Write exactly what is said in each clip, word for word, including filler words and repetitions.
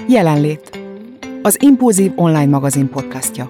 Jelenlét. Az Impulzív online magazin podcastja.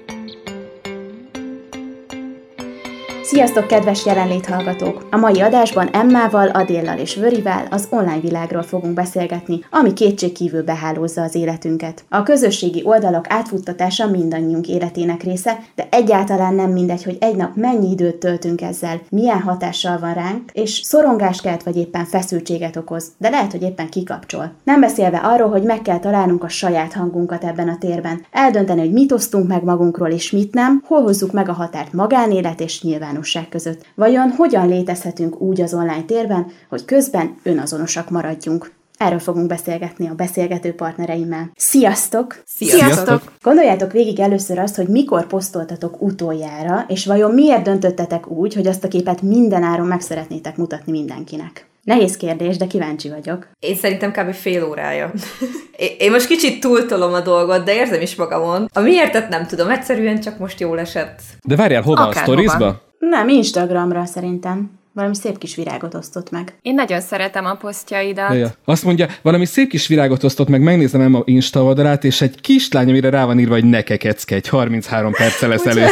Sziasztok, kedves jelenlét hallgatók! A mai adásban Emmával, Adéllal és Vörivel az online világról fogunk beszélgetni, ami kétségkívül behálózza az életünket. A közösségi oldalak átfuttatása mindannyiunk életének része, de egyáltalán nem mindegy, hogy egy nap mennyi időt töltünk ezzel, milyen hatással van ránk, és szorongást kelt vagy éppen feszültséget okoz, de lehet, hogy éppen kikapcsol. Nem beszélve arról, hogy meg kell találnunk a saját hangunkat ebben a térben, eldönteni, hogy mit osztunk meg magunkról és mit nem, hol hozzuk meg a határt magánélet és nyilvánosság között. Vajon hogyan létezhetünk úgy az online térben, hogy közben önazonosak maradjunk? Erről fogunk beszélgetni a beszélgető partnereimmel. Sziasztok! Sziasztok! Sziasztok! Gondoljátok végig először azt, hogy mikor posztoltatok utoljára, és vajon miért döntöttetek úgy, hogy azt a képet mindenáron meg szeretnétek mutatni mindenkinek? Nehéz kérdés, de kíváncsi vagyok. Én szerintem kb. Fél órája. Én most kicsit túltolom a dolgot, de érzem is magamon. A miértet nem tudom, egyszerűen csak most jól esett. De várjál, hova? Akár a sztorizba? Nem, Instagramra szerintem. Valami szép kis virágot osztott meg. Én nagyon szeretem a posztjaidat. Ja, ja. Azt mondja, valami szép kis virágot osztott meg, megnézem Emma Insta oldalát, és egy kislány, amire rá van írva, hogy ne kekeckedj, harminchárom perccel lesz elő.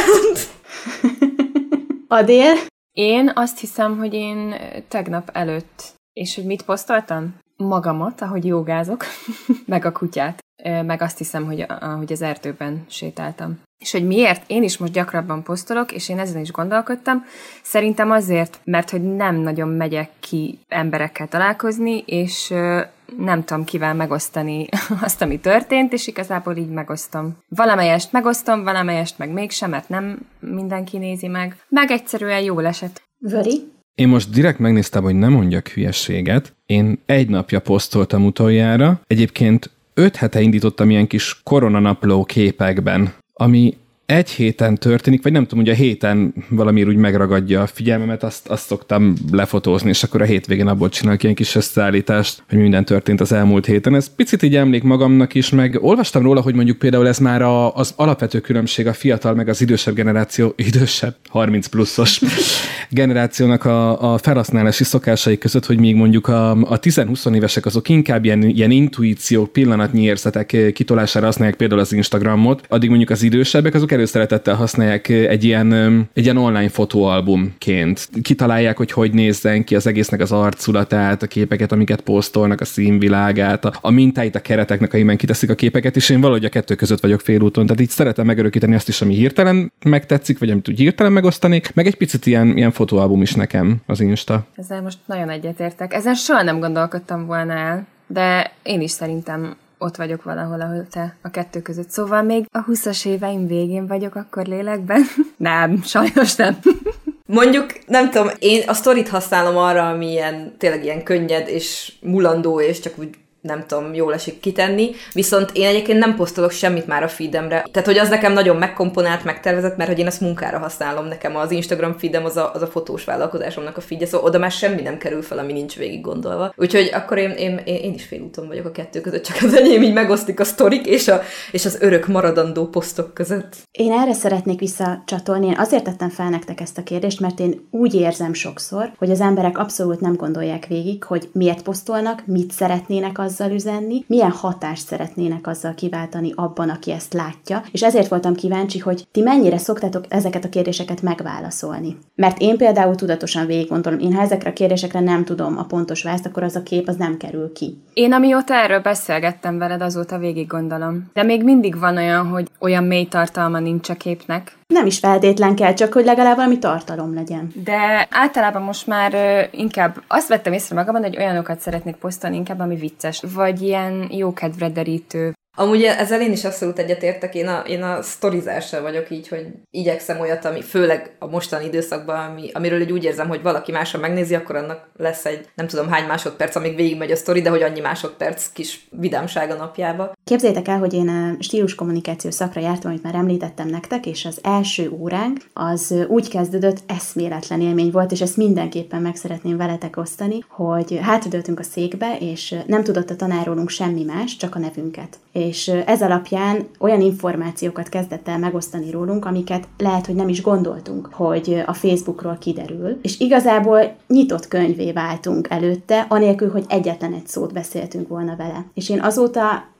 Adél? Én azt hiszem, hogy én tegnap előtt, és hogy mit posztoltam? Magamat, ahogy jogázok, meg a kutyát, meg azt hiszem, hogy, ahogy az erdőben sétáltam. És hogy miért én is most gyakrabban posztolok, és én ezen is gondolkodtam, szerintem azért, mert hogy nem nagyon megyek ki emberekkel találkozni, és nem tudom kivel megosztani azt, ami történt, és igazából így megosztom. Valamelyest megosztom, valamelyest meg mégsem, mert nem mindenki nézi meg. Meg egyszerűen jól esett. Vöri? Én most direkt megnéztem, hogy nem mondjak hülyességet. Én egy napja posztoltam utoljára. Egyébként öt hete indítottam ilyen kis koronanapló képekben, ami egy héten történik, vagy nem tudom, hogy a héten valamiért úgy megragadja a figyelmemet, azt, azt szoktam lefotózni, és akkor a hétvégén abból csinálok ilyen kis összeállítást, hogy minden történt az elmúlt héten. Ez picit így emlék magamnak is, meg olvastam róla, hogy mondjuk például ez már a, az alapvető különbség a fiatal, meg az idősebb generáció, idősebb, harminc pluszos generációnak a, a felhasználási szokásai között, hogy még mondjuk a, a tíz-húsz évesek azok inkább ilyen, ilyen intuíciók, pillanatnyi érzetek kitolására használják például az Instagramot, addig mondjuk az idősebbek azok előszeretettel használják egy ilyen, egy ilyen online fotóalbumként. Kitalálják, hogy hogy nézzen ki az egésznek az arculatát, a képeket, amiket posztolnak, a színvilágát, a, a mintáit a kereteknek, amiben kiteszik a képeket, és én valahogy a kettő között vagyok félúton. Tehát így szeretem megörökíteni azt is, ami hirtelen megtetszik, vagy amit úgy hirtelen megosztanék, meg egy picit ilyen, ilyen fotóalbum is nekem az Insta. Ezzel most nagyon egyetértek. Ezen soha nem gondolkodtam volna el, de én is szerintem ott vagyok valahol, ahol te a kettő között. Szóval még a húszas éveim végén vagyok akkor lélekben? Nem, sajnos nem. Mondjuk, nem tudom, én a sztorit használom arra, ami ilyen, tényleg ilyen könnyed és mulandó, és csak úgy nem tudom, jól esik kitenni, viszont én egyébként nem posztolok semmit már a feedemre. Tehát, hogy az nekem nagyon megkomponált, megtervezett, mert hogy én azt munkára használom. Nekem az Instagram feedem az a, az a fotós vállalkozásomnak a feedje, szóval oda már semmi nem kerül fel, ami nincs végig gondolva. Úgyhogy akkor én, én, én, én is félúton vagyok a kettő között, csak az enyém így megosztik a sztorik és, a, és az örök maradandó posztok között. Én erre szeretnék visszacsatolni. Én azért tettem fel nektek ezt a kérdést, mert én úgy érzem sokszor, hogy az emberek abszolút nem gondolják végig, hogy miért posztolnak, mit szeretnének az azzal üzenni, milyen hatást szeretnének azzal kiváltani abban, aki ezt látja, és ezért voltam kíváncsi, hogy ti mennyire szoktátok ezeket a kérdéseket megválaszolni. Mert én például tudatosan végig gondolom, én ha ezekre a kérdésekre nem tudom a pontos választ, akkor az a kép az nem kerül ki. Én amióta erről beszélgettem veled, azóta végig gondolom. De még mindig van olyan, hogy olyan mély tartalma nincs a képnek. Nem is feltétlen kell, csak hogy legalább valami tartalom legyen. De általában most már uh, inkább azt vettem észre magamon, hogy olyanokat szeretnék posztolni inkább, ami vicces, vagy ilyen jókedvre derítő. Amúgy ezzel én is abszolút egyetértek, én a, én a sztorizással vagyok így, hogy igyekszem olyat, ami főleg a mostani időszakban, ami, amiről így úgy érzem, hogy valaki másra megnézi, akkor annak lesz egy nem tudom hány másodperc, amíg végigmegy a sztori, de hogy annyi másodperc kis vidámság a napjába. Képzeljétek el, hogy én stíluskommunikáció szakra jártam, amit már említettem nektek, és az első óránk az úgy kezdődött, eszméletlen élmény volt, és ezt mindenképpen meg szeretném veletek osztani, hogy hátradőltünk a székbe, és nem tudott a tanár rólunk semmi más, csak a nevünket. És ez alapján olyan információkat kezdett el megosztani rólunk, amiket lehet, hogy nem is gondoltunk, hogy a Facebookról kiderül, és igazából nyitott könyvé váltunk előtte, anélkül, hogy egyetlen egy szót beszéltünk volna vele. És én azóta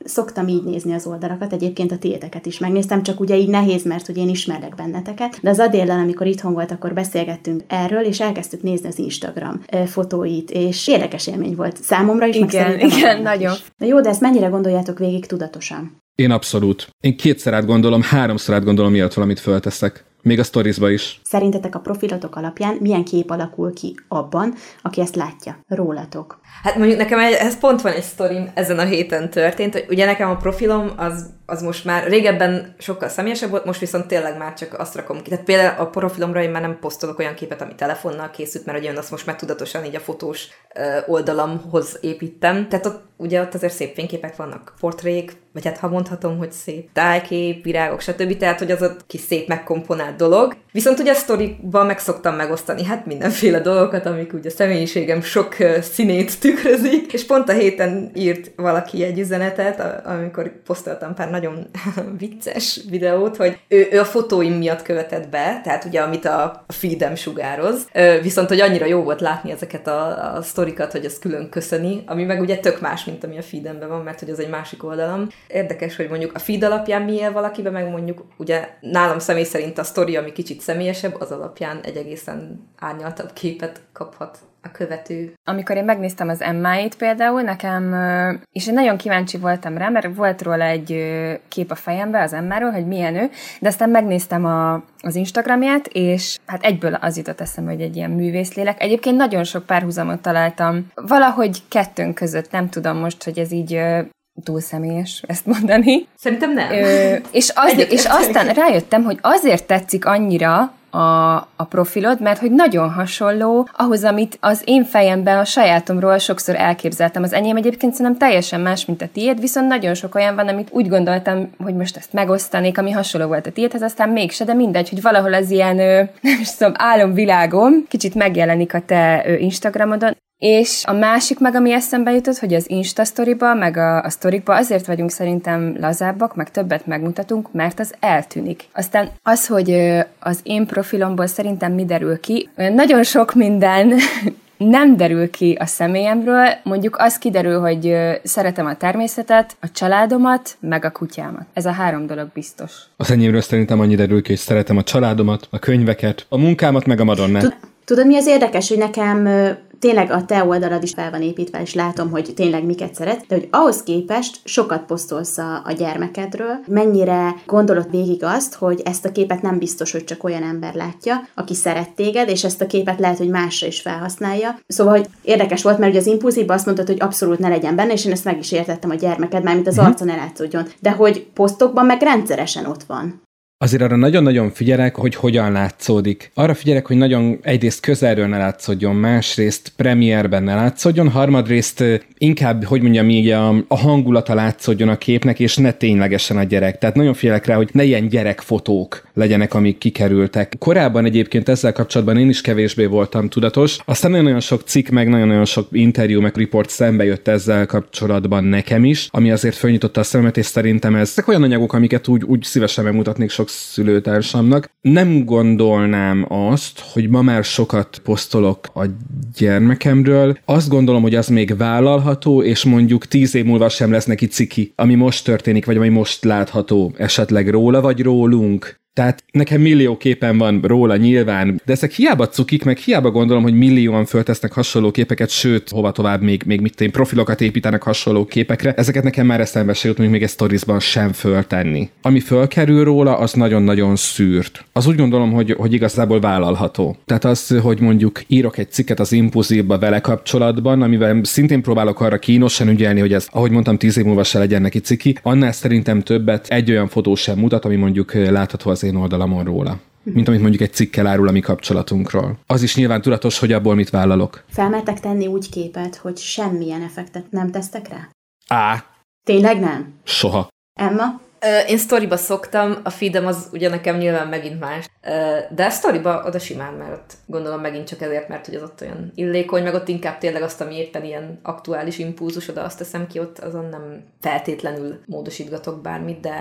Szoktam így nézni az oldalakat, egyébként a tiéteket is megnéztem, csak ugye így nehéz, mert hogy én ismerlek benneteket, de az Adéllel, amikor itthon volt, akkor beszélgettünk erről, és elkezdtük nézni az Instagram fotóit, és érdekes élmény volt számomra is. Igen, igen, nagyon. Is. Na jó, de ezt mennyire gondoljátok végig tudatosan? Én abszolút. Én kétszer átgondolom, háromszor átgondolom, mielőtt valamit fölteszek. Még a sztorizba is. Szerintetek a profilotok alapján milyen kép alakul ki abban, aki ezt látja rólatok? Hát mondjuk nekem ez pont van egy sztorim, ezen a héten történt, hogy ugye nekem a profilom az, az most már régebben sokkal személyesebb volt, most viszont tényleg már csak azt rakom ki. Tehát például a profilomra én már nem posztolok olyan képet, ami telefonnal készült, mert ugye én azt most már tudatosan így a fotós oldalamhoz építem. Tehát ott ugye ott azért szép fényképek vannak, portrék, vagy hát ha mondhatom, hogy szép tájkép, virágok, stb. Tehát, hogy az ott kis szép megkomponált dolog. Viszont ugye a sztoriban meg szoktam megosztani hát mindenféle dolgokat, amik ugye a személyiségem sok színét tükrözik, és pont a héten írt valaki egy üzenetet, amikor posztoltam pár nagyon vicces videót, hogy ő, ő a fotóim miatt követett be, tehát ugye amit a, a feedem sugároz, viszont hogy annyira jó volt látni ezeket a, a sztorikat, hogy ezt külön köszöni, ami meg ugye tök más, mint ami a feedemben van, mert hogy az egy másik oldalam. Érdekes, hogy mondjuk a feed alapján mi él valakiben, meg mondjuk ugye nálam személy szerint a sztori, ami kicsit személyesebb, az alapján egy egészen árnyaltabb képet kaphat a követő. Amikor én megnéztem az Emmáit például, nekem, és én nagyon kíváncsi voltam rá, mert volt róla egy kép a fejembe az Emmáról, hogy milyen ő, de aztán megnéztem a, az Instagramját, és hát egyből az jutott eszembe, hogy egy ilyen művészlélek. Egyébként nagyon sok párhuzamot találtam. Valahogy kettőnk között, nem tudom most, hogy ez így túl személyes ezt mondani. Szerintem nem. Ö, és, az, és aztán rájöttem, hogy azért tetszik annyira a, a profilod, mert hogy nagyon hasonló ahhoz, amit az én fejemben a sajátomról sokszor elképzeltem. Az enyém egyébként szerintem teljesen más, mint a tiéd, viszont nagyon sok olyan van, amit úgy gondoltam, hogy most ezt megosztanék, ami hasonló volt a tiédhez, aztán mégse, de mindegy, hogy valahol az ilyen, nem is tudom, álomvilágom kicsit megjelenik a te Instagramodon. És a másik meg, ami eszembe jutott, hogy az Insta sztoriba, meg a, a sztorikba azért vagyunk szerintem lazábbak, meg többet megmutatunk, mert az eltűnik. Aztán az, hogy az én profilomból szerintem mi derül ki, nagyon sok minden nem derül ki a személyemről, mondjuk az kiderül, hogy szeretem a természetet, a családomat, meg a kutyámat. Ez a három dolog biztos. Az enyémről szerintem annyi derül ki, hogy szeretem a családomat, a könyveket, a munkámat, meg a Madonnát. Tudod, mi az érdekes, hogy nekem tényleg a te oldalad is fel van építve, és látom, hogy tényleg miket szeret, de hogy ahhoz képest sokat posztolsz a, a gyermekedről, mennyire gondolod végig azt, hogy ezt a képet nem biztos, hogy csak olyan ember látja, aki szeret téged, és ezt a képet lehet, hogy másra is felhasználja. Szóval, hogy érdekes volt, mert ugye az impulzívban azt mondtad, hogy abszolút ne legyen benne, és én ezt meg is értettem a gyermeked, mármint az arcon elátszódjon. De hogy posztokban meg rendszeresen ott van. Azért arra nagyon-nagyon figyelek, hogy hogyan látszódik. Arra figyelek, hogy nagyon egyrészt közelről ne látszódjon, másrészt premierben ne látszódjon, harmadrészt inkább, hogy mondjam, így a, a hangulata látszódjon a képnek, és ne ténylegesen a gyerek. Tehát nagyon figyelek rá, hogy ne ilyen gyerekfotók legyenek, amik kikerültek. Korábban egyébként ezzel kapcsolatban én is kevésbé voltam tudatos. Aztán nagyon-nagyon sok cikk, meg nagyon-nagyon sok interjú, meg report szembe jött ezzel kapcsolatban nekem is, ami azért fölnyitotta a szememet, és szerintem ezek olyan anyagok, amiket úgy, úgy szívesen megmutatnék sok szülőtársamnak. Nem gondolnám azt, hogy ma már sokat posztolok a gyermekemről. Azt gondolom, hogy az még vállalható, és mondjuk tíz év múlva sem lesz neki ciki, ami most történik, vagy ami most látható esetleg róla, vagy rólunk. Tehát nekem millió képen van róla nyilván, de ezek hiába cukik, meg hiába gondolom, hogy millióan föltesznek hasonló képeket, sőt, hova tovább még, még mit én profilokat építenek hasonló képekre, ezeket nekem már eszembe se jut, még egy sztorizban sem föltenni. Ami fölkerül róla, az nagyon-nagyon szűrt. Az úgy gondolom, hogy, hogy igazából vállalható. Tehát az, hogy mondjuk írok egy cikket az Impulzívba vele kapcsolatban, amivel szintén próbálok arra kínosan ügyelni, hogy ez, ahogy mondtam, tíz év múlva se legyen neki ciki, annál szerintem többet egy olyan fotó sem mutat, ami mondjuk látható az én oldalamon róla. Mint amit mondjuk egy cikkel árul a mi kapcsolatunkról. Az is nyilván tudatos, hogy abból mit vállalok. Felmertek tenni úgy képet, hogy semmilyen effektet nem tesztek rá? Á. Tényleg nem? Soha. Emma? Én sztoriba szoktam, a feedem az ugye nekem nyilván megint más, de a sztoriba oda simán, mert ott gondolom megint csak ezért, mert hogy az ott olyan illékony, meg ott inkább tényleg azt, ami éppen ilyen aktuális impulzus, oda azt teszem ki, ott azon nem feltétlenül módosítgatok bármit, de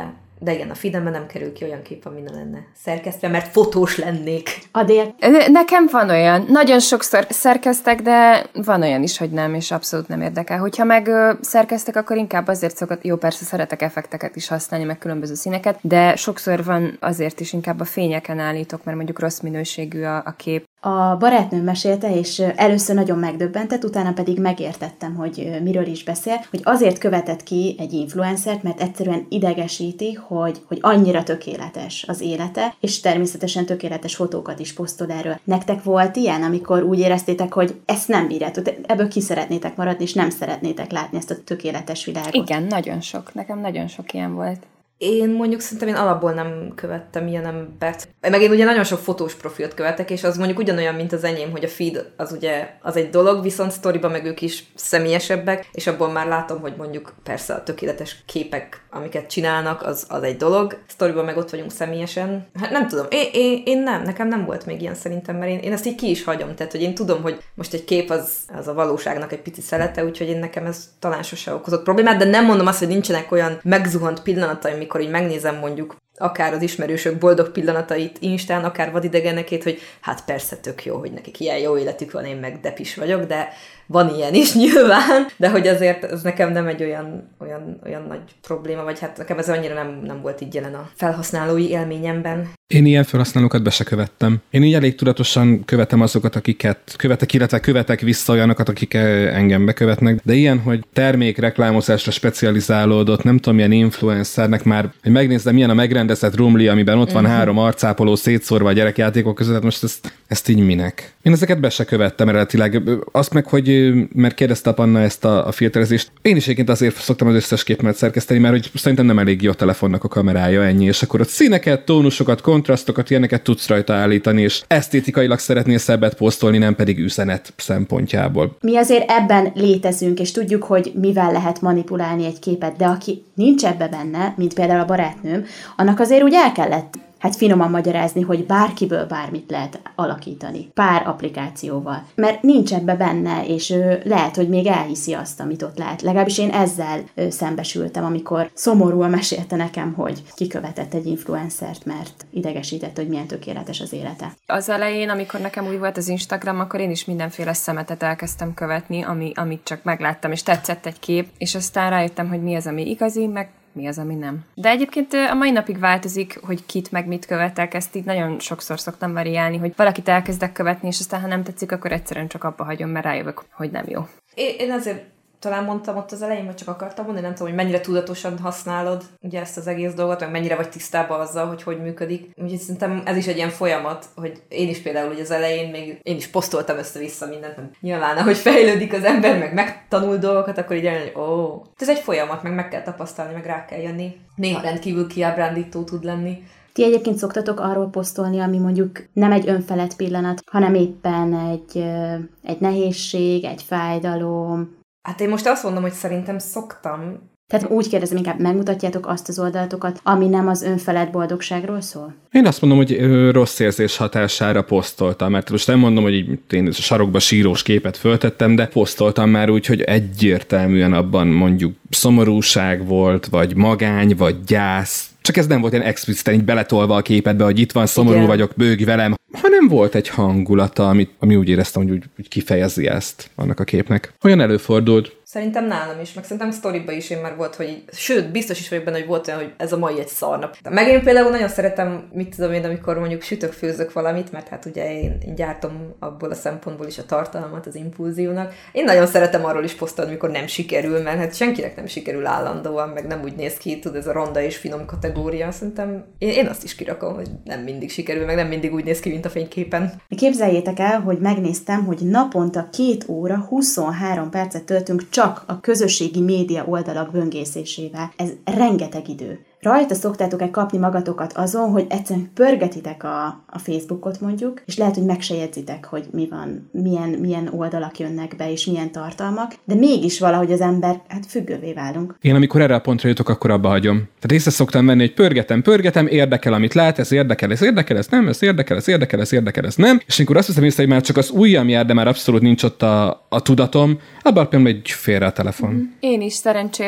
de igen, a feedemben nem kerül ki olyan kép, ami ne lenne szerkesztve, mert fotós lennék. Adél. Nekem van olyan. Nagyon sokszor szerkeztek, de van olyan is, hogy nem, és abszolút nem érdekel. Hogyha meg ö, szerkeztek, akkor inkább azért szokott, jó, persze szeretek effekteket is használni, meg különböző színeket, de sokszor van azért is inkább a fényeken állítok, mert mondjuk rossz minőségű a, a kép. A barátnőm mesélte, és először nagyon megdöbbentett, utána pedig megértettem, hogy miről is beszél, hogy azért követett ki egy influencert, mert egyszerűen idegesíti, hogy, hogy annyira tökéletes az élete, és természetesen tökéletes fotókat is posztol erről. Nektek volt ilyen, amikor úgy éreztétek, hogy ezt nem bírjátok, ebből ki szeretnétek maradni, és nem szeretnétek látni ezt a tökéletes világot? Igen, nagyon sok. Nekem nagyon sok ilyen volt. Én mondjuk szerintem én alapból nem követtem ilyen embert. Meg én ugye nagyon sok fotós profilt követek, és az mondjuk ugyanolyan, mint az enyém, hogy a feed az ugye az egy dolog, viszont sztoriban meg ők is személyesebbek, és abból már látom, hogy mondjuk persze a tökéletes képek, amiket csinálnak, az, az egy dolog. Sztoriban meg ott vagyunk személyesen. Hát nem tudom, én, én, én nem, nekem nem volt még ilyen szerintem, mert én, én ezt így ki is hagyom. Tehát, hogy én tudom, hogy most egy kép az, az a valóságnak egy pici szelete, úgyhogy én nekem ez talán sose okozott problémát, de nem mondom azt, hogy nincsenek olyan megzuhant pillanataim, amikor így megnézem mondjuk akár az ismerősök boldog pillanatait Instán, akár vadidegenekét, hogy hát persze tök jó, hogy nekik ilyen jó életük van, én meg depis vagyok, de van ilyen is nyilván, de hogy azért ez nekem nem egy olyan, olyan, olyan nagy probléma, vagy hát nekem ez annyira nem, nem volt így jelen a felhasználói élményemben. Én ilyen felhasználókat be se követtem. Én így elég tudatosan követem azokat, akiket követek, illetve követek vissza olyanokat, akik engem bekövetnek, de ilyen, hogy termék reklámozásra specializálódott, nem tudom, milyen influencernek már, hogy megnézem, milyen a megrendezett rumli, amiben ott van uh-huh. három arcápoló szétszórva a gyerekjátékok között, hát most ezt, ezt így minek? Én ezeket be se követtem eredetileg. Azt meg, hogy mert kérdezte a Panna ezt a, a filterezést. Én is egyébként azért szoktam az összes képet szerkeszteni, mert hogy szerintem nem elég jó a telefonnak a kamerája, ennyi, és akkor ott színeket, tónusokat, kontrasztokat, ilyeneket tudsz rajta állítani, és esztétikailag szeretnél szebbet posztolni, nem pedig üzenet szempontjából. Mi azért ebben létezünk, és tudjuk, hogy mivel lehet manipulálni egy képet, de aki nincs ebbe benne, mint például a barátnőm, annak azért úgy el kellett hát finoman magyarázni, hogy bárkiből bármit lehet alakítani. Pár applikációval. Mert nincs ebbe benne, és ő lehet, hogy még elhiszi azt, amit ott lát. Legalábbis én ezzel ő, szembesültem, amikor szomorúan mesélte nekem, hogy kikövetett egy influencert, mert idegesített, hogy milyen tökéletes az élete. Az elején, amikor nekem új volt az Instagram, akkor én is mindenféle szemetet elkezdtem követni, ami, amit csak megláttam, és tetszett egy kép, és aztán rájöttem, hogy mi az, ami igazi, meg mi az, ami nem. De egyébként a mai napig változik, hogy kit meg mit követek, ezt így nagyon sokszor szoktam variálni, hogy valakit elkezdek követni, és aztán ha nem tetszik, akkor egyszerűen csak abba hagyom, mert rájövök, hogy nem jó. Én, én azért talán mondtam ott az elején, vagy csak akartam mondani, nem tudom, hogy mennyire tudatosan használod ugye ezt az egész dolgot, meg mennyire vagy tisztában azzal, hogy hogy működik. Úgyhogy szerintem ez is egy ilyen folyamat, hogy én is például ugye az elején még én is posztoltam össze-vissza mindent, mert nyilván ahogy fejlődik az ember, meg megtanul dolgokat, akkor így eljön, hogy ó, ez egy folyamat, meg meg kell tapasztalni, meg rá kell jönni. Néha rendkívül kiábrándító tud lenni. Ti egyébként szoktatok arról posztolni, ami mondjuk nem egy önfelett pillanat, hanem éppen egy, egy nehézség, egy fájdalom. Hát én most azt mondom, hogy szerintem szoktam. Tehát úgy kérdezem, inkább megmutatjátok azt az oldalatokat, ami nem az önfelett boldogságról szól? Én azt mondom, hogy rossz érzés hatására posztoltam, mert most nem mondom, hogy én sarokba sírós képet föltettem, de posztoltam már úgy, hogy egyértelműen abban mondjuk szomorúság volt, vagy magány, vagy gyász. Csak ez nem volt ilyen expliciten így beletolva a képedbe, hogy itt van, szomorú Igen. vagyok, bőgj velem, hanem volt egy hangulata, amit, ami úgy éreztem, hogy úgy, úgy kifejezi ezt annak a képnek. Olyan előfordult. Szerintem nálam is, meg szerintem sztoriban is én már volt, hogy így, sőt, biztos is vagyok benne, hogy volt olyan, hogy ez a mai egy szarnap. Meg én például nagyon szeretem, mit tudom én, amikor mondjuk sütök, főzök valamit, mert hát ugye én, én gyártom abból a szempontból is a tartalmat az impulzívnak. Én nagyon szeretem arról is posztolni, amikor nem sikerül, mert hát senkinek nem sikerül állandóan, meg nem úgy néz ki, tud ez a ronda és finom kategória. Szerintem én, én azt is kirakom, hogy nem mindig sikerül, meg nem mindig úgy néz ki, mint a fényképen. Képzeljétek el, hogy megnéztem, hogy naponta két óra, huszonhárom percet töltünk csak a közösségi média oldalak böngészésével. Ez rengeteg idő. Rajta szoktátok-e kapni magatokat azon, hogy egyszerűen pörgetitek a, a Facebookot mondjuk, és lehet, hogy meg se jegyzitek, hogy mi van, milyen, milyen oldalak jönnek be, és milyen tartalmak, de mégis valahogy az ember, hát függővé válunk. Én amikor erre a pontra jutok, akkor abba hagyom. Tehát észre szoktam venni, hogy pörgetem, pörgetem, érdekel, amit lát, ez érdekel, ez érdekel, ez nem, ez érdekel, ez érdekel, ez érdekel, ez nem, és amikor azt hiszem észre, hogy már csak az ujjam jár, de már abszolút nincs ott a, a tudatom, abban például egy félre a telefon. Én is szerencsére.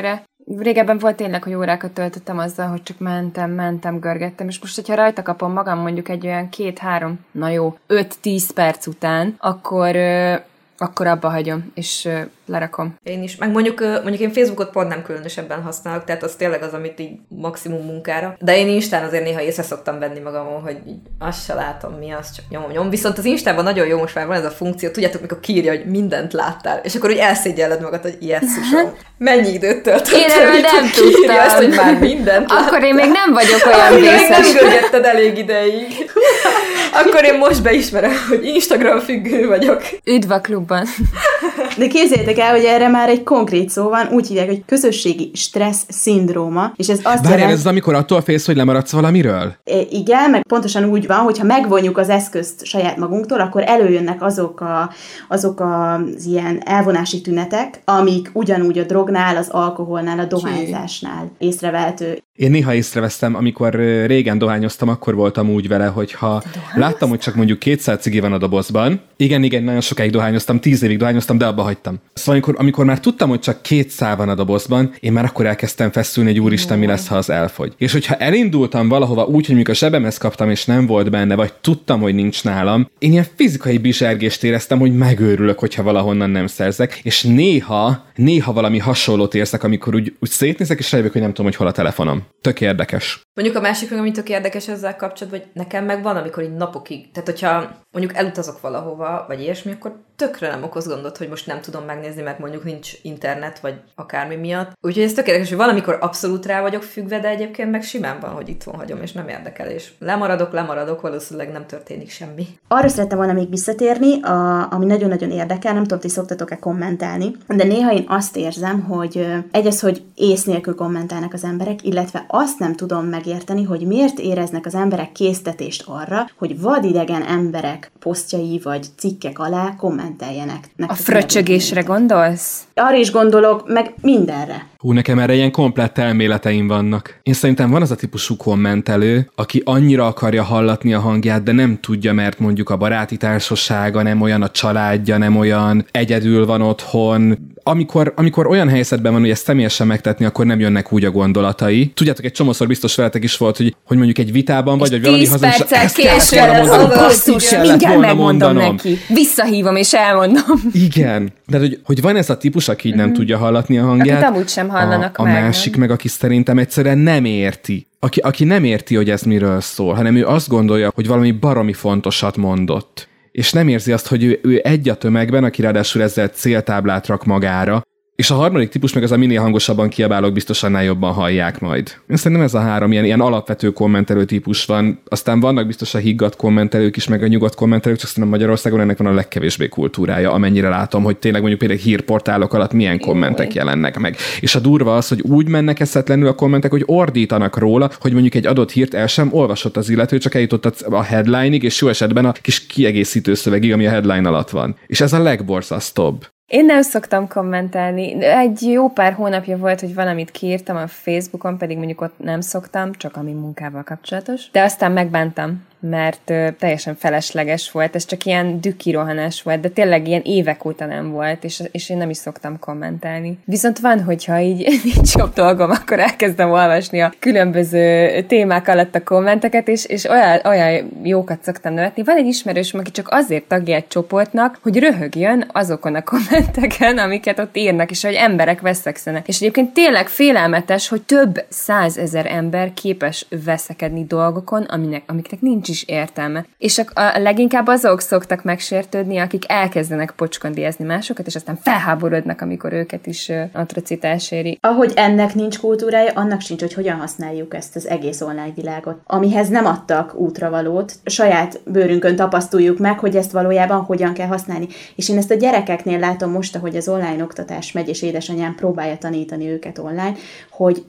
Régebben volt tényleg, hogy órákat töltöttem azzal, hogy csak mentem, mentem, görgettem, és most, hogyha rajta kapom magam mondjuk egy olyan két-három, na jó, öt-tíz perc után, akkor, akkor abba hagyom, és lerakom. Én is. Meg mondjuk, mondjuk én Facebookot pont nem különösebben használok, tehát az tényleg az, amit így maximum munkára. De én Instán azért néha észre szoktam venni magamon, hogy így azt se látom, mi az, csak nyomom, nyomom. Viszont az Instában nagyon jó, most már van ez a funkció, tudjátok, mikor kiírja, hogy mindent láttál, és akkor úgy elszégyelled magad, hogy jesszusom. Mennyi időt töltöttél? Én erről nem tudtam. Ezt, hogy már mindent láttál. Akkor én még nem vagyok olyan vészes. Nem görgetted elég ideig. Akkor én most beismerem, hogy Instagram függő vagyok. Üdv a klubban. De képzeljétek el, hogy erre már egy konkrét szó van, úgy hívják, hogy közösségi stressz szindróma, és ez azt Várjál, jelent... ez amikor attól félsz, hogy lemaradsz valamiről? E, igen, meg pontosan úgy van, hogyha megvonjuk az eszközt saját magunktól, akkor előjönnek azok, a, azok az ilyen elvonási tünetek, amik ugyanúgy a drognál, az alkoholnál, a dohányzásnál észrevehető. Én néha észrevesztem, amikor régen dohányoztam, akkor voltam úgy vele, hogyha láttam, hogy csak mondjuk kétszáz cigi van a dobozban. Igen, igen, nagyon sokáig dohányoztam, tíz évig dohányoztam, de abba hagytam. Szóval amikor, amikor már tudtam, hogy csak kétszáz van a dobozban, én már akkor elkezdtem feszülni, hogy úristen, mi lesz, ha az elfogy. És hogyha elindultam valahova úgy, hogy mondjuk a zsebemhez kaptam, és nem volt benne, vagy tudtam, hogy nincs nálam, én ilyen fizikai bizsergést éreztem, hogy megőrülök, hogyha valahonnan nem szerzek, és néha, néha valami hasonlót érzek, amikor úgy, úgy szétnézek, és rájövök, hogy nem tudom, hogy hol a telefonom. Tök érdekes. Mondjuk a másik, ami tök érdekes ezzel kapcsolatban, hogy nekem meg van, amikor így napokig, tehát hogyha mondjuk elutazok valahova, vagy ilyesmi, akkor tökre nem okoz gondot, hogy most nem tudom megnézni, mert mondjuk nincs internet, vagy akármi miatt. Úgyhogy ez tök érdekes, hogy valamikor abszolút rá vagyok függve, de egyébként meg simán van, hogy itthon hagyom, és nem érdekel, és lemaradok, lemaradok, valószínűleg nem történik semmi. Arra szerettem volna még visszatérni, a, ami nagyon-nagyon érdekel, nem tudom, ti szoktatok-e kommentálni, de néha én azt érzem, hogy egy az, hogy ész nélkül kommentálnak az emberek, illetve azt nem tudom megérteni, hogy miért éreznek az emberek késztetést arra, hogy vadidegen emberek posztjai vagy cikkek alá kommenteljenek. A fröccsögésre gondolsz? Arra is gondolok, meg mindenre. Hú, nekem erre ilyen komplett elméleteim vannak. Én szerintem van az a típusú kommentelő, aki annyira akarja hallatni a hangját, de nem tudja, mert mondjuk a baráti társasága nem olyan, a családja nem olyan, egyedül van otthon. Amikor, amikor olyan helyzetben van, hogy ezt személyesen megtetni, akkor nem jönnek úgy a gondolatai. Tudjátok, egy csomószor biztos veletek is volt, hogy, hogy mondjuk egy vitában vagy, vagy valami hazon, és ezt kellett volna mondanom. Basszus, mindjárt megmondom neki. Visszahívom és elmondom. Igen. De hogy, hogy van ez a típus, aki így nem mm-hmm. tudja hallatni a hangját. Akit amúgy sem hallanak a, meg. A másik nem? Meg, aki szerintem egyszerűen nem érti. Aki, aki nem érti, hogy ez miről szól, hanem ő azt gondolja, hogy valami baromi fontosat mondott. És nem érzi azt, hogy ő, ő egy a tömegben, aki ráadásul ezzel céltáblát rak magára, és a harmadik típus meg az a minél hangosabban kiabálok, biztos annál jobban hallják majd. Én szerintem ez a három ilyen, ilyen alapvető kommentelő típus van. Aztán vannak biztos a higgadt kommentelők is, meg a nyugodt kommentelők, csak szerintem Magyarországon ennek van a legkevésbé kultúrája, amennyire látom, hogy tényleg mondjuk például hírportálok alatt milyen kommentek jelennek meg. És a durva az, hogy úgy mennek eszetlenül a kommentek, hogy ordítanak róla, hogy mondjuk egy adott hírt el sem olvasott az illető, csak eljutott a headline-ig, és jó esetben a kis kiegészítő szövegig, ami a headline alatt van. És ez a legborzasztóbb. Én nem szoktam kommentálni. Egy jó pár hónapja volt, hogy valamit kiírtam a Facebookon, pedig mondjuk ott nem szoktam, csak ami munkával kapcsolatos. De aztán megbántam, mert ö, teljesen felesleges volt. Ez csak ilyen dükirohanás volt, de tényleg ilyen évek óta nem volt, és, és én nem is szoktam kommentálni. Viszont van, hogyha így nincs jobb dolgom, akkor elkezdem olvasni a különböző témák alatt a kommenteket, és, és olyan, olyan jókat szoktam nevetni. Van egy ismerősöm, aki csak azért tagja egy csoportnak, hogy röhögjön azokon a kommenteken, amiket ott írnak, és hogy emberek veszekszenek. És egyébként tényleg félelmetes, hogy több százezer ember képes veszekedni dolgokon, aminek, amiknek nincs is értelme. És a, a leginkább azok szoktak megsértődni, akik elkezdenek pocskondíjazni másokat, és aztán felháborodnak, amikor őket is uh, atrocitás éri. Ahogy ennek nincs kultúrája, annak sincs, hogy hogyan használjuk ezt az egész online világot. Amihez nem adtak útravalót, saját bőrünkön tapasztaljuk meg, hogy ezt valójában hogyan kell használni. És én ezt a gyerekeknél látom most, ahogy az online oktatás megy, és édesanyám próbálja tanítani őket online, hogy hát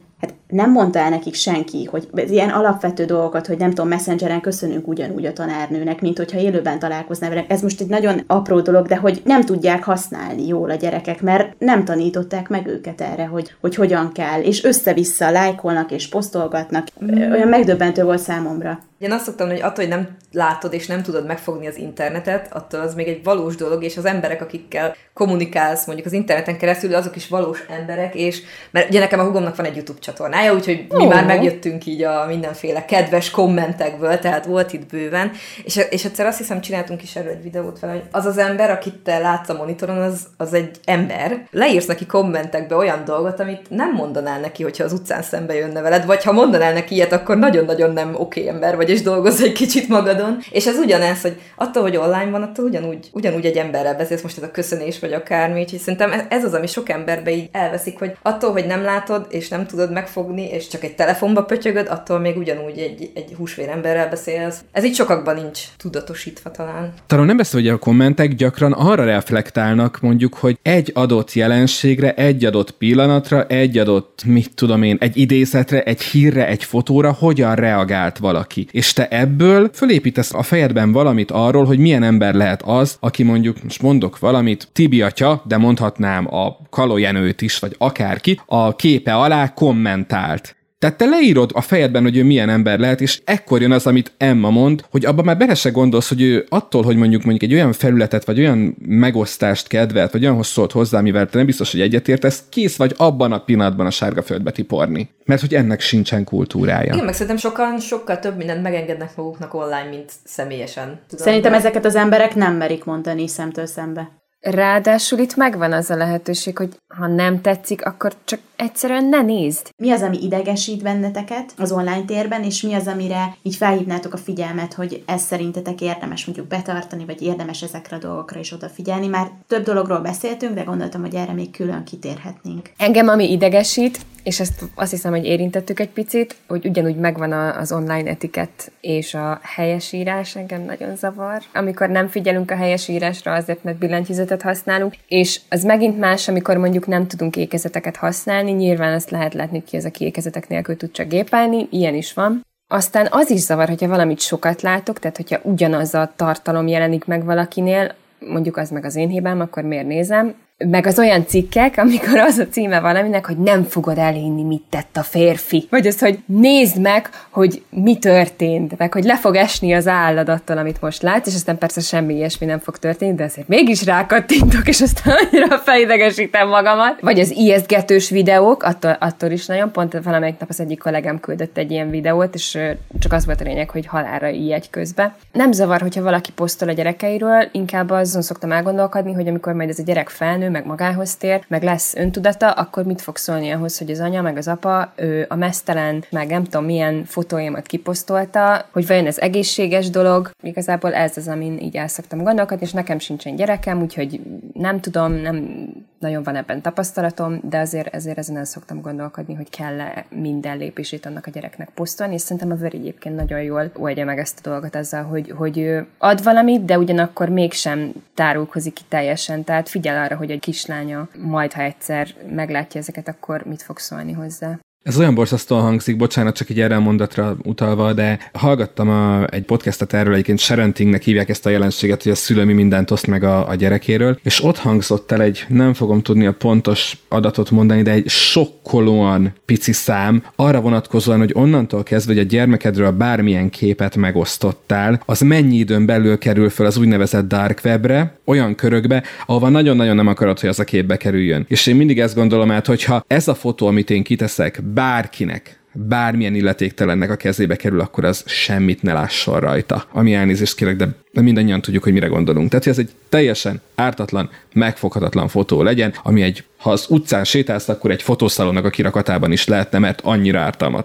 nem mondta el nekik senki, hogy ilyen alapvető dolgokat, hogy nem tudom, Messengeren köszönünk ugyanúgy a tanárnőnek, mint hogyha élőben találkoznál velem. Ez most egy nagyon apró dolog, de hogy nem tudják használni jól a gyerekek, mert nem tanították meg őket erre, hogy, hogy hogyan kell, és össze-vissza lájkolnak és posztolgatnak. Mm. Olyan megdöbbentő volt számomra. Én azt szoktam, hogy attól, hogy nem látod és nem tudod megfogni az internetet, attól az még egy valós dolog, és az emberek, akikkel kommunikálsz mondjuk az interneten keresztül, azok is valós emberek, és mert ugye nekem a húgomnak van egy YouTube csatornája, úgyhogy mi oh. már megjöttünk így a mindenféle kedves kommentekből, tehát volt itt bőven, és, és egyszer azt hiszem csináltunk is erről egy videót vele, hogy az az ember, akit te látsz a monitoron, az, az egy ember, leírsz neki kommentekbe olyan dolgot, amit nem mondanál neki, hogyha az utcán szembe jönne veled, vagy ha mondanál neki ilyet, akkor nagyon-nagyon nem oké ember vagy, és dolgozz egy kicsit magadon. És ez ugyanez, hogy attól, hogy online van, attól ugyanúgy, ugyanúgy egy emberrel beszélsz, most ez a köszönés, vagy akármi, úgyhogy szerintem ez az, ami sok emberbe így elveszik, hogy attól, hogy nem látod, és nem tudod megfogni, és csak egy telefonba pötyögöd, attól még ugyanúgy egy, egy húsvér emberrel beszélsz. Ez így sokakban nincs tudatosítva talán. Talán nem beszél, hogy a kommentek gyakran arra reflektálnak, mondjuk, hogy egy adott jelenségre, egy adott pillanatra, egy adott, mit tudom én, egy idézetre, egy hírre, egy fotóra hogyan reagált valaki. És te ebből fölépítesz a fejedben valamit arról, hogy milyen ember lehet az, aki mondjuk, most mondok valamit, Tibi atya, de mondhatnám a Kalojenőt is, vagy akárki, a képe alá kommentált. Tehát te leírod a fejedben, hogy ő milyen ember lehet, és ekkor jön az, amit Emma mond, hogy abban már bele se gondolsz, hogy ő attól, hogy mondjuk mondjuk egy olyan felületet, vagy olyan megosztást kedvelt, vagy olyanhoz szólt hozzá, mivel te nem biztos, hogy egyetértesz, kész vagy abban a pillanatban a sárga földbe tiporni. Mert hogy ennek sincsen kultúrája. Igen, meg szerintem sokan sokkal több mindent megengednek maguknak online, mint személyesen. Tudom, szerintem de... ezeket az emberek nem merik mondani szemtől szembe. Ráadásul itt megvan az a lehetőség, hogy ha nem tetszik, akkor csak egyszerűen ne nézd. Mi az, ami idegesít benneteket az online térben, és mi az, amire így felhívnátok a figyelmet, hogy ez szerintetek érdemes mondjuk betartani, vagy érdemes ezekre a dolgokra is odafigyelni? Már több dologról beszéltünk, de gondoltam, hogy erre még külön kitérhetnénk. Engem, ami idegesít, és ezt azt hiszem, hogy érintettük egy picit, hogy ugyanúgy megvan az online etikett és a helyesírás, engem nagyon zavar. Amikor nem figyelünk a helyesírásra azért, mert billentyűzetet használunk, és az megint más, amikor mondjuk nem tudunk ékezeteket használni, nyilván azt lehet látni, ki az, aki ékezetek nélkül tud csak gépelni, ilyen is van. Aztán az is zavar, hogyha valamit sokat látok, tehát hogyha ugyanaz a tartalom jelenik meg valakinél, mondjuk az meg az én hibám, akkor miért nézem? Meg az olyan cikkek, amikor az a címe valaminek, hogy nem fogod elhinni, mit tett a férfi. Vagy az, hogy nézd meg, hogy mi történt, meg hogy le fog esni az állad attól, amit most látsz, és aztán persze semmi ilyesmi nem fog történni, de azért mégis rákattintok, és aztán annyira felidegesítem magamat. Vagy az ijesztgetős videók, attól, attól is nagyon, pont valamelyik nap az egyik kollégám küldött egy ilyen videót, és csak az volt a lényeg, hogy halálra ijedj közbe. Nem zavar, hogyha valaki posztol a gyerekeiről, inkább azon szoktam elgondolkodni, hogy amikor majd ez a gyerek felnő, meg magához tér, meg lesz öntudata, akkor mit fog szólni ahhoz, hogy az anya, meg az apa ő a meztelen, meg nem tudom milyen fotóimat kiposztolta, hogy vajon ez egészséges dolog. Igazából ez az, amin így el szoktam gondolkodni, és nekem sincsen gyerekem, úgyhogy nem tudom, nem nagyon van ebben tapasztalatom, de azért, azért ezen el szoktam gondolkodni, hogy kell-e minden lépését annak a gyereknek posztolni, és szerintem a Vöri egyébként nagyon jól oldja meg ezt a dolgot azzal, hogy, hogy ad valamit, de ugyanakkor mégsem tárulkozik ki teljesen, tehát figyel arra, hogy egy kislánya majd, ha egyszer meglátja ezeket, akkor mit fog szólni hozzá. Ez olyan borzasztóan hangzik, bocsánat, csak egy erre a mondatra utalva, de hallgattam a, egy podcastet erről, egyébként sharentingnek hívják ezt a jelenséget, hogy a szülő mi mindent oszt meg a, a gyerekéről, és ott hangzott el egy, nem fogom tudni a pontos adatot mondani, de egy sokkolóan pici szám arra vonatkozóan, hogy onnantól kezdve, hogy a gyermekedről bármilyen képet megosztottál, az mennyi időn belül kerül föl az úgynevezett dark webre, olyan körökbe, ahova nagyon-nagyon nem akarod, hogy az a képbe kerüljön. És én mindig ezt gondolom át, hogyha ez a fotó, amit én kiteszek, bárkinek, bármilyen illetéktelennek a kezébe kerül, akkor az semmit ne lásson rajta. Ami elnézést kérek, de mindannyian tudjuk, hogy mire gondolunk. Tehát, hogy ez egy teljesen ártatlan, megfoghatatlan fotó legyen, ami egy, ha az utcán sétálsz, akkor egy fotószalonnak a kirakatában is lehetne, mert annyira ártalmatlan.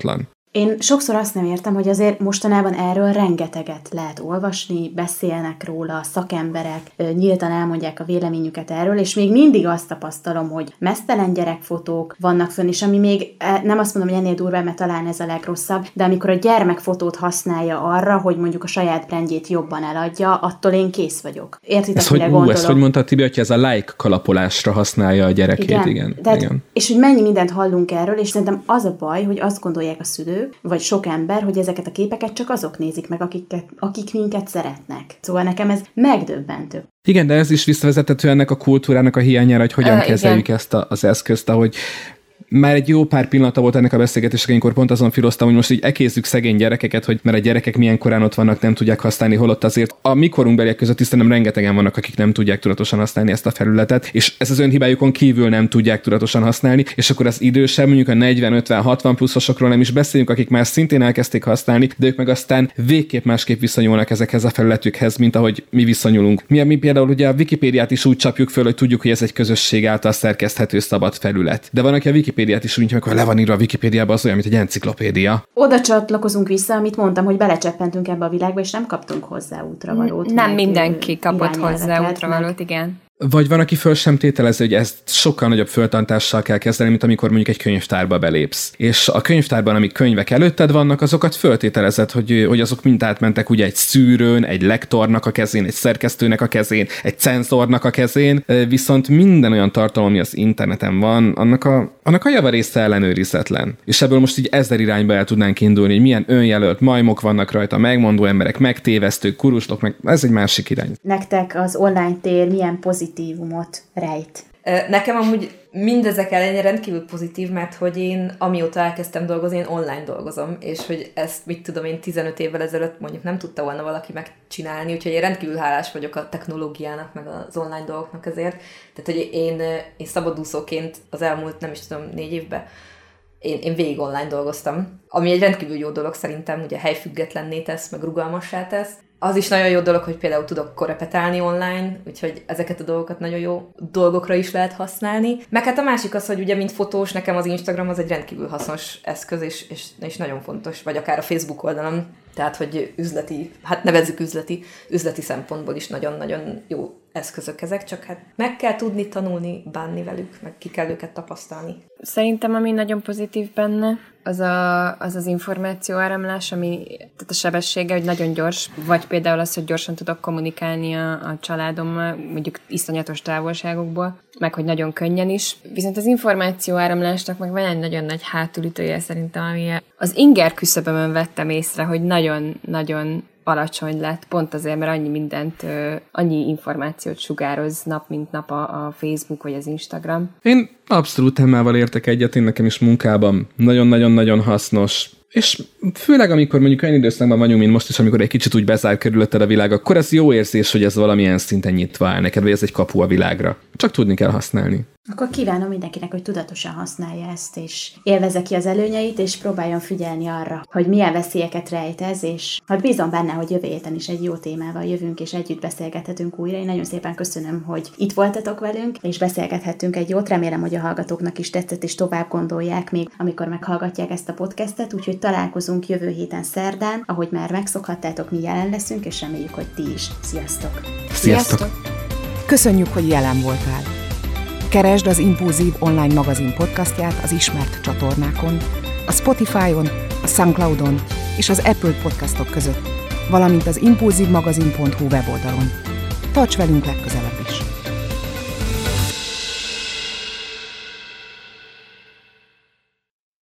Én sokszor azt nem értem, hogy azért mostanában erről rengeteget lehet olvasni, beszélnek róla, szakemberek nyíltan elmondják a véleményüket erről, és még mindig azt tapasztalom, hogy meztelen gyerekfotók vannak fönn, és ami még nem azt mondom, hogy ennél durvább, mert talán ez a legrosszabb, de amikor a gyermekfotót használja arra, hogy mondjuk a saját brandjét jobban eladja, attól én kész vagyok. Értitek, mire hogy, gondolok? Ezt hogy mondta Tibi, hogy ez a like kalapolásra használja a gyerekét, igen. igen, Tehát, igen. És hogy mennyi mindent hallunk erről, és szerintem az a baj, hogy azt gondolják a szülők, vagy sok ember, hogy ezeket a képeket csak azok nézik meg, akiket, akik minket szeretnek. Szóval nekem ez megdöbbentő. Igen, de ez is visszavezethető ennek a kultúrának a hiányára, hogy hogyan uh, kezeljük igen. ezt a, az eszközt, ahogy már egy jó pár pillanata volt ennek a beszélgetésnek, amikor pont azon filoztam, hogy most így ekézzük szegény gyerekeket, hogy mert a gyerekek milyen korán ott vannak, nem tudják használni, holott azért a mi korunkbeliek között is szerintem rengetegen vannak, akik nem tudják tudatosan használni ezt a felületet, és ez az önhibájukon kívül nem tudják tudatosan használni, és akkor az idősebb, mondjuk a negyven, ötven, hatvan pluszosokról nem is beszélünk, akik már szintén elkezdték használni, de ők meg aztán végképp másképp viszonyulnak ezekhez a felületükhez, mint ahogy mi viszonyulunk. Mi, mi például ugye a Wikipédiát is úgy csapjuk föl, hogy tudjuk, hogy ez egy közösség által szerkeszthető szabad felület. De van, aki a Wikipédiát is úgy, amikor le van írva a Wikipédiába, az olyan, mint egy enciklopédia. Oda csatlakozunk vissza, amit mondtam, hogy belecseppentünk ebbe a világba, és nem kaptunk hozzá útravalót. Nem mindenki kapott hozzá útravalót, igen. Vagy van, aki föl sem tételezi, hogy ezt sokkal nagyobb föltantással kell kezdeni, mint amikor mondjuk egy könyvtárba belépsz. És a könyvtárban, amik könyvek előtted vannak, azokat föltételezed, hogy, hogy azok mind átmentek ugye egy szűrőn, egy lektornak a kezén, egy szerkesztőnek a kezén, egy cenzornak a kezén, viszont minden olyan tartalom, ami az interneten van, annak a, annak a javarésze ellenőrizetlen. És ebből most így ezer irányba el tudnánk indulni, hogy milyen önjelölt majmok vannak rajta, megmondó emberek, megtévesztők, kuruslók, meg ez egy másik irány. Nektek az online tér milyen pozitívumot rejt? Nekem amúgy mindezek ellenére rendkívül pozitív, mert hogy én amióta elkezdtem dolgozni, én online dolgozom, és hogy ezt, mit tudom én, tizenöt évvel ezelőtt mondjuk nem tudta volna valaki megcsinálni, úgyhogy én rendkívül hálás vagyok a technológiának, meg az online dolgoknak ezért. Tehát, hogy én, én szabadúszóként az elmúlt, nem is tudom, négy évben Én, én végig online dolgoztam, ami egy rendkívül jó dolog szerintem, ugye helyfüggetlenné tesz, meg rugalmassá tesz. Az is nagyon jó dolog, hogy például tudok korrepetálni online, úgyhogy ezeket a dolgokat nagyon jó dolgokra is lehet használni. Meg hát a másik az, hogy ugye mint fotós, nekem az Instagram az egy rendkívül hasznos eszköz, és, és, és nagyon fontos, vagy akár a Facebook oldalon, tehát hogy üzleti, hát nevezzük üzleti, üzleti szempontból is nagyon-nagyon jó eszközök ezek, csak hát meg kell tudni tanulni, bánni velük, meg ki kell őket tapasztalni. Szerintem ami nagyon pozitív benne, az a, az, az információ áramlás, ami, tehát a sebessége, hogy nagyon gyors, vagy például az, hogy gyorsan tudok kommunikálni a, a családommal, mondjuk iszonyatos távolságokból, meg hogy nagyon könnyen is. Viszont az információ áramlásnak meg van egy nagyon nagy hátulütője szerintem, ami az inger küszöbömön vettem észre, hogy nagyon-nagyon alacsony lett, pont azért, mert annyi mindent, annyi információt sugároz nap, mint nap a, a Facebook vagy az Instagram. Én abszolút Emmával értek egyet, én nekem is munkában nagyon-nagyon-nagyon hasznos. És főleg, amikor mondjuk olyan időszakban vagyunk, mint most is, amikor egy kicsit úgy bezár körülötted a világ, akkor ez jó érzés, hogy ez valamilyen szinten nyitva áll neked, vagy ez egy kapu a világra. Csak tudni kell használni. Akkor kívánom mindenkinek, hogy tudatosan használja ezt, és élvezze ki az előnyeit, és próbáljon figyelni arra, hogy milyen veszélyeket rejt ez, és hát bízom benne, hogy jövő héten is egy jó témával jövünk, és együtt beszélgethetünk újra. Én nagyon szépen köszönöm, hogy itt voltatok velünk, és beszélgethettünk egy jót. Remélem, hogy a hallgatóknak is tetszett, és tovább gondolják még, amikor meghallgatják ezt a podcastet, úgyhogy találkozunk jövő héten szerdán, ahogy már megszokhattátok, mi jelen leszünk, és reméljük, hogy ti is. Sziasztok! Sziasztok! Köszönjük, hogy jelen voltál! Keresd az Impulzív online magazin podcastját az ismert csatornákon, a Spotify-on, a SoundCloud-on és az Apple podcastok között, valamint az impulzívmagazin pont hu weboldalon. Tarts velünk legközelebb!